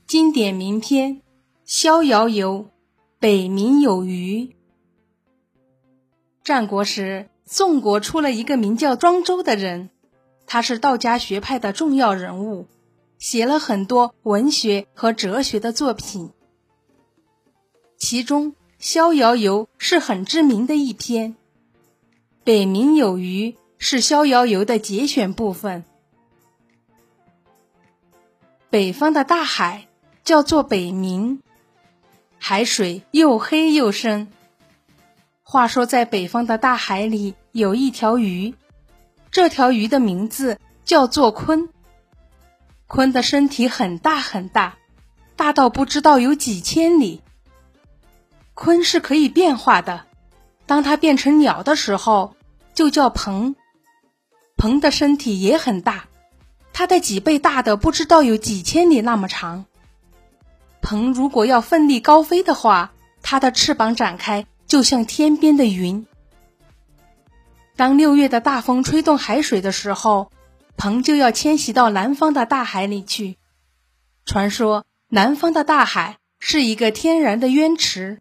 经典名篇《逍遥游》，北冥有鱼。战国时，宋国出了一个名叫庄周的人，他是道家学派的重要人物，写了很多文学和哲学的作品。其中《逍遥游》是很知名的一篇，北冥有鱼是《逍遥游》的节选部分。北方的大海叫做北冥，海水又黑又深。话说在北方的大海里有一条鱼，这条鱼的名字叫做鲲。鲲的身体很大很大，大到不知道有几千里。鲲是可以变化的，当它变成鸟的时候就叫鹏。鹏的身体也很大，它的脊背大的不知道有几千里那么长。鹏如果要奋力高飞的话，它的翅膀展开就像天边的云。当6月的大风吹动海水的时候，鹏就要迁徙到南方的大海里去。传说南方的大海是一个天然的渊池。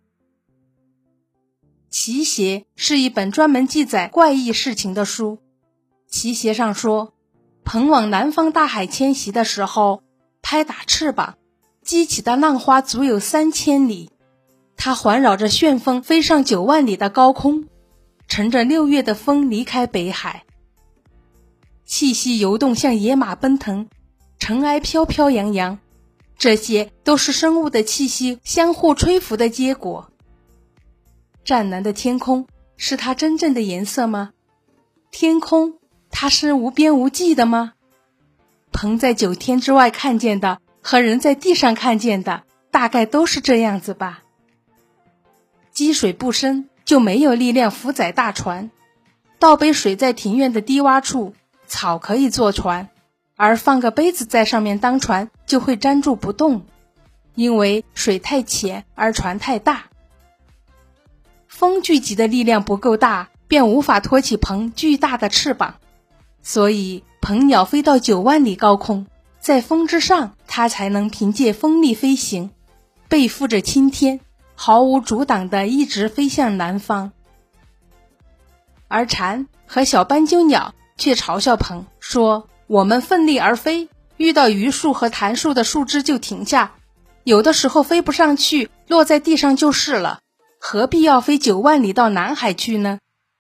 奇邪是一本专门记载怪异事情的书。奇邪上说，鹏往南方大海迁徙的时候，拍打翅膀，激起的浪花足有3000里。它环绕着旋风飞上9万里的高空，乘着6月的风离开北海。气息游动像野马奔腾，尘埃飘飘扬扬，这些都是生物的气息相互吹拂的结果。湛蓝的天空是它真正的颜色吗？天空它是无边无际的吗？鹏在9天之外看见的和人在地上看见的大概都是这样子吧。积水不深，就没有力量浮载大船。倒杯水在庭院的低洼处，草可以坐船，而放个杯子在上面当船就会粘住不动，因为水太浅而船太大。风聚集的力量不够大，便无法托起鹏巨大的翅膀，所以鹏鸟飞到9万里高空，在风之上，它才能凭借风力飞行，背负着青天，毫无阻挡地一直飞向南方。而蝉和小斑鸠鸟却嘲笑鹏说，我们奋力而飞，遇到榆树和檀树的树枝就停下，有的时候飞不上去，落在地上就是了，何必要飞9万里到南海去呢？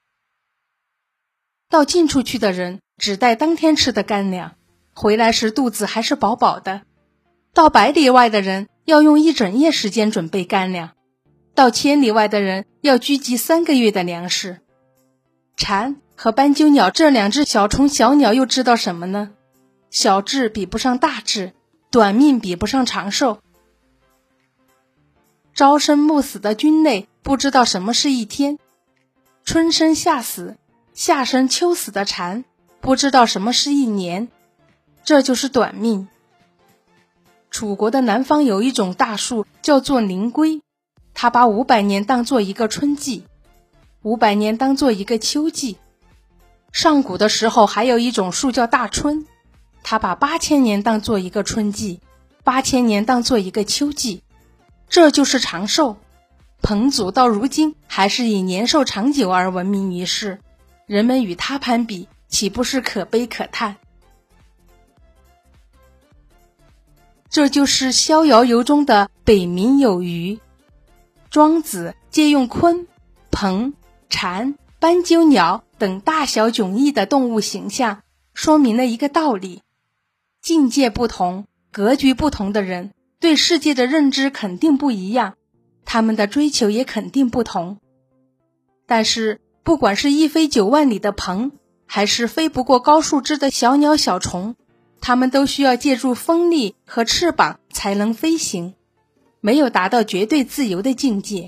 到近处去的人只带当天吃的干粮，回来时肚子还是饱饱的。到100里外的人要用1整夜时间准备干粮，到1000里外的人要聚集3个月的粮食。蝉和斑鸠鸟这2只小虫小鸟又知道什么呢？小智比不上大智，短命比不上长寿。朝生暮死的菌类不知道什么是一天，春生夏死，夏生秋死的蝉不知道什么是1年，这就是短命。楚国的南方有一种大树叫做灵龟，它把500年当作一个春季，500年当作一个秋季。上古的时候还有一种树叫大椿，它把8000年当作一个春季，8000年当作一个秋季。这就是长寿。彭祖到如今还是以年寿长久而闻名于世，人们与他攀比，岂不是可悲可叹？这就是《逍遥游》中的北冥有鱼。庄子借用鲲、鹏、蝉、斑鸠鸟等大小迥异的动物形象，说明了一个道理：境界不同、格局不同的人，对世界的认知肯定不一样，他们的追求也肯定不同。但是不管是一飞9万里的鹏，还是飞不过高树枝的小鸟小虫，它们都需要借助风力和翅膀才能飞行，没有达到绝对自由的境界。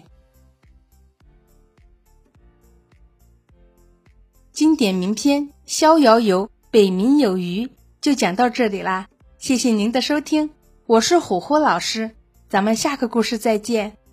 经典名篇《逍遥游》北冥有鱼就讲到这里啦，谢谢您的收听，我是虎虎老师，咱们下个故事再见。